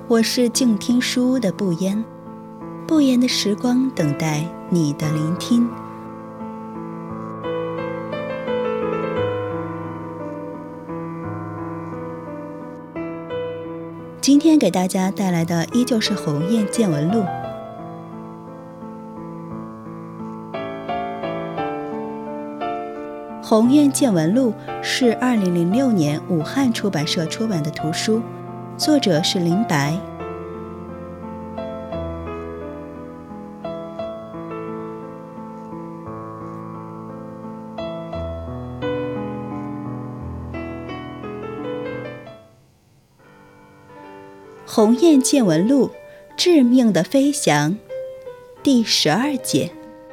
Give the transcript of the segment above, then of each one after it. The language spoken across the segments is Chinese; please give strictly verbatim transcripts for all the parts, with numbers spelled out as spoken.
我是静听书屋的不言，不言的时光等待你的聆听。今天给大家带来的依旧是鸿雁见闻录。鸿雁见闻录是二零零六年武汉出版社出版的图书，作者是林白。鸿雁见闻录，致命的飞翔，第十二节。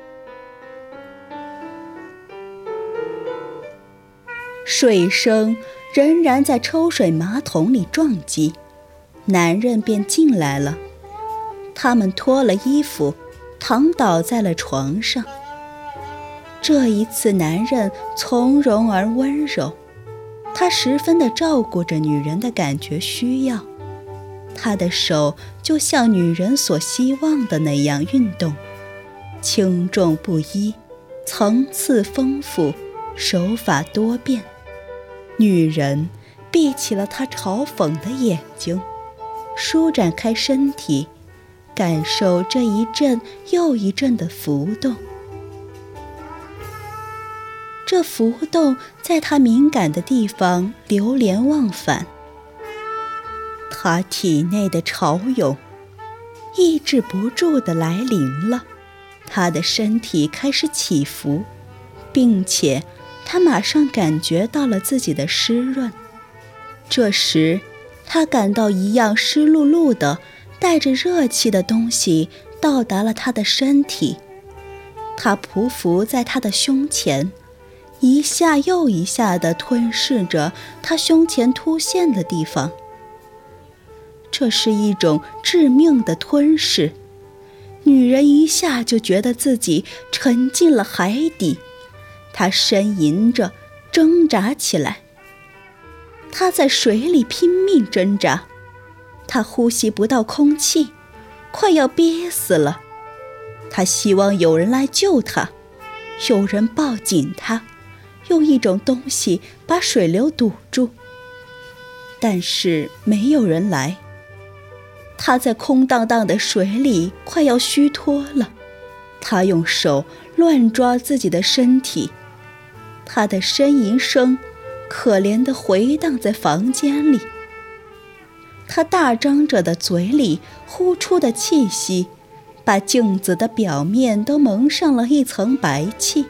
水声仍然在抽水马桶里撞击，男人便进来了。他们脱了衣服，躺倒在了床上。这一次男人从容而温柔，他十分地照顾着女人的感觉需要。他的手就像女人所希望的那样运动，轻重不一，层次丰富，手法多变。女人闭起了她嘲讽的眼睛，舒展开身体，感受这一阵又一阵的浮动。这浮动在她敏感的地方流连忘返。她体内的潮涌抑制不住地来临了，她的身体开始起伏，并且她马上感觉到了自己的湿润。这时她感到一样湿漉漉的带着热气的东西到达了她的身体，它匍匐在她的胸前，一下又一下地吞噬着她胸前凸现的地方。这是一种致命的吞噬，女人一下就觉得自己沉进了海底，她呻吟着挣扎起来。她在水里拼命挣扎，她呼吸不到空气，快要憋死了。她希望有人来救她，有人抱紧她，用一种东西把水流堵住，但是没有人来。她在空荡荡的水里快要虚脱了，她用手乱抓自己的身体，她的呻吟声可怜地回荡在房间里。她大张着的嘴里呼出的气息，把镜子的表面都蒙上了一层白气。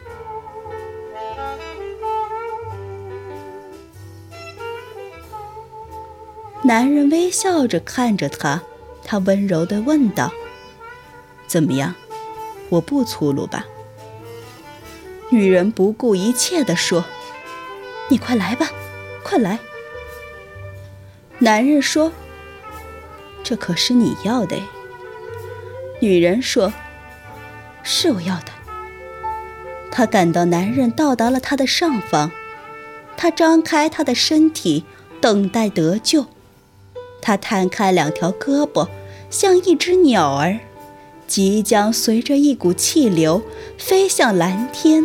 男人微笑着看着她，他温柔地问道：怎么样，我不粗鲁吧？女人不顾一切地说：你快来吧，快来。男人说：这可是你要的。女人说：是我要的。她感到男人到达了她的上方，她张开她的身体，等待得救。她摊开两条胳膊，像一只鸟儿，即将随着一股气流飞向蓝天。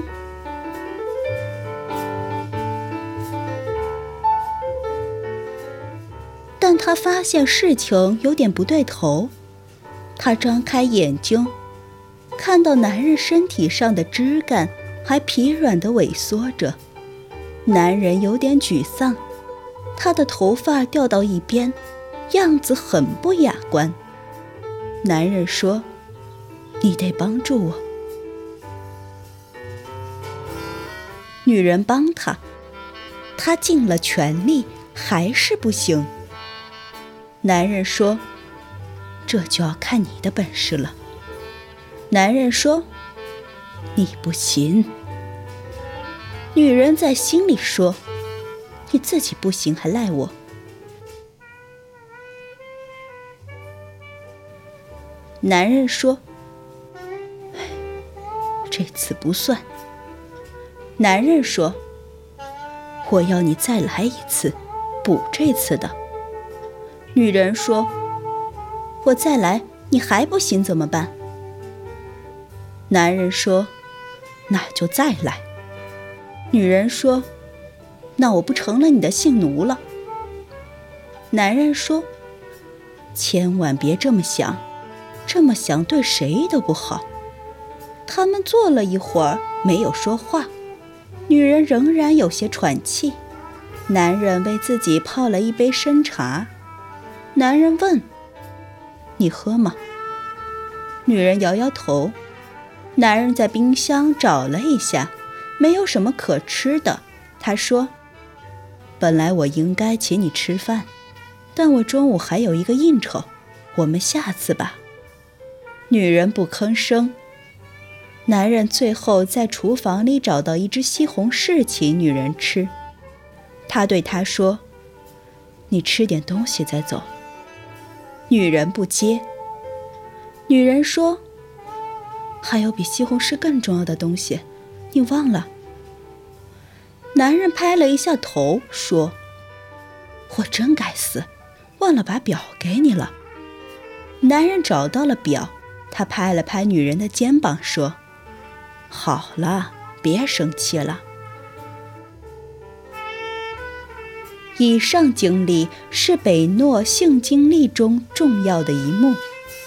但她发现事情有点不对头。她张开眼睛，看到男人身体上的枝干还疲软地萎缩着。男人有点沮丧，他的头发掉到一边，样子很不雅观。男人说：你得帮助我。女人帮他，他尽了全力，还是不行。男人说：这就要看你的本事了。男人说：你不行。女人在心里说：你自己不行还赖我。男人说：这次不算。男人说：我要你再来一次，补这次的。女人说： 我再来你还不行怎么办？男人说，那就再来。女人说，那我不成了你的性奴了。男人说，千万别这么想，这么想对谁都不好。他们坐了一会儿没有说话，女人仍然有些喘气。男人为自己泡了一杯参茶。男人问，你喝吗？女人摇摇头。男人在冰箱找了一下，没有什么可吃的。他说，本来我应该请你吃饭，但我中午还有一个应酬，我们下次吧。女人不吭声。男人最后在厨房里找到一只西红柿请女人吃。他对她说，你吃点东西再走。女人不接。女人说，还有比西红柿更重要的东西，你忘了？男人拍了一下头说，我真该死，忘了把表给你了。男人找到了表，他拍了拍女人的肩膀说，好了，别生气了。以上经历是北诺性经历中重要的一幕。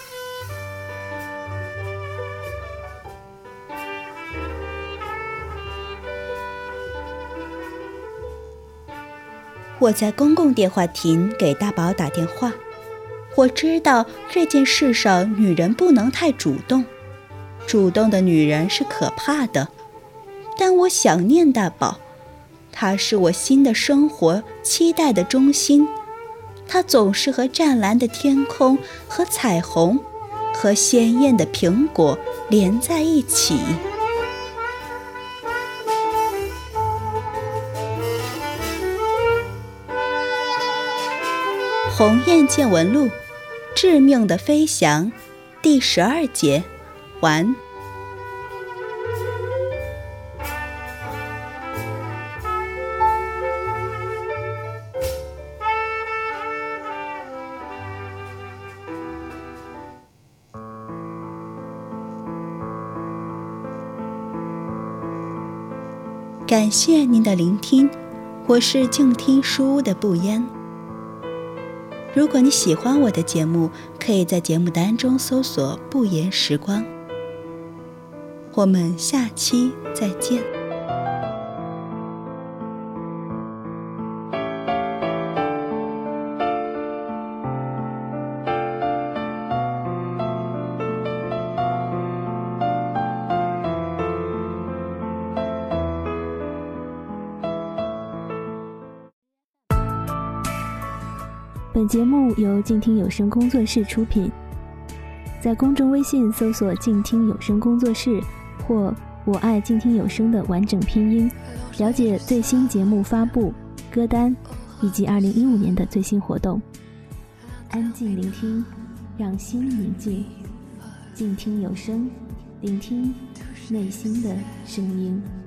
我在公共电话亭给大宝打电话。我知道这件事上女人不能太主动，主动的女人是可怕的。但我想念大宝，他是我新的生活期待的中心。他总是和湛蓝的天空、和彩虹、和鲜艳的苹果连在一起。鸿雁见闻录，致命的飞翔，第十二节完。感谢您的聆听，我是静听书屋的不言。如果你喜欢我的节目，可以在节目单中搜索不言时光。我们下期再见。 本节目由静听有声工作室出品，在公众微信搜索静听有声工作室或我爱静听有声的完整拼音，了解最新节目发布、歌单以及二零一五年的最新活动。安静聆听，让心宁静，静听有声，聆听内心的声音。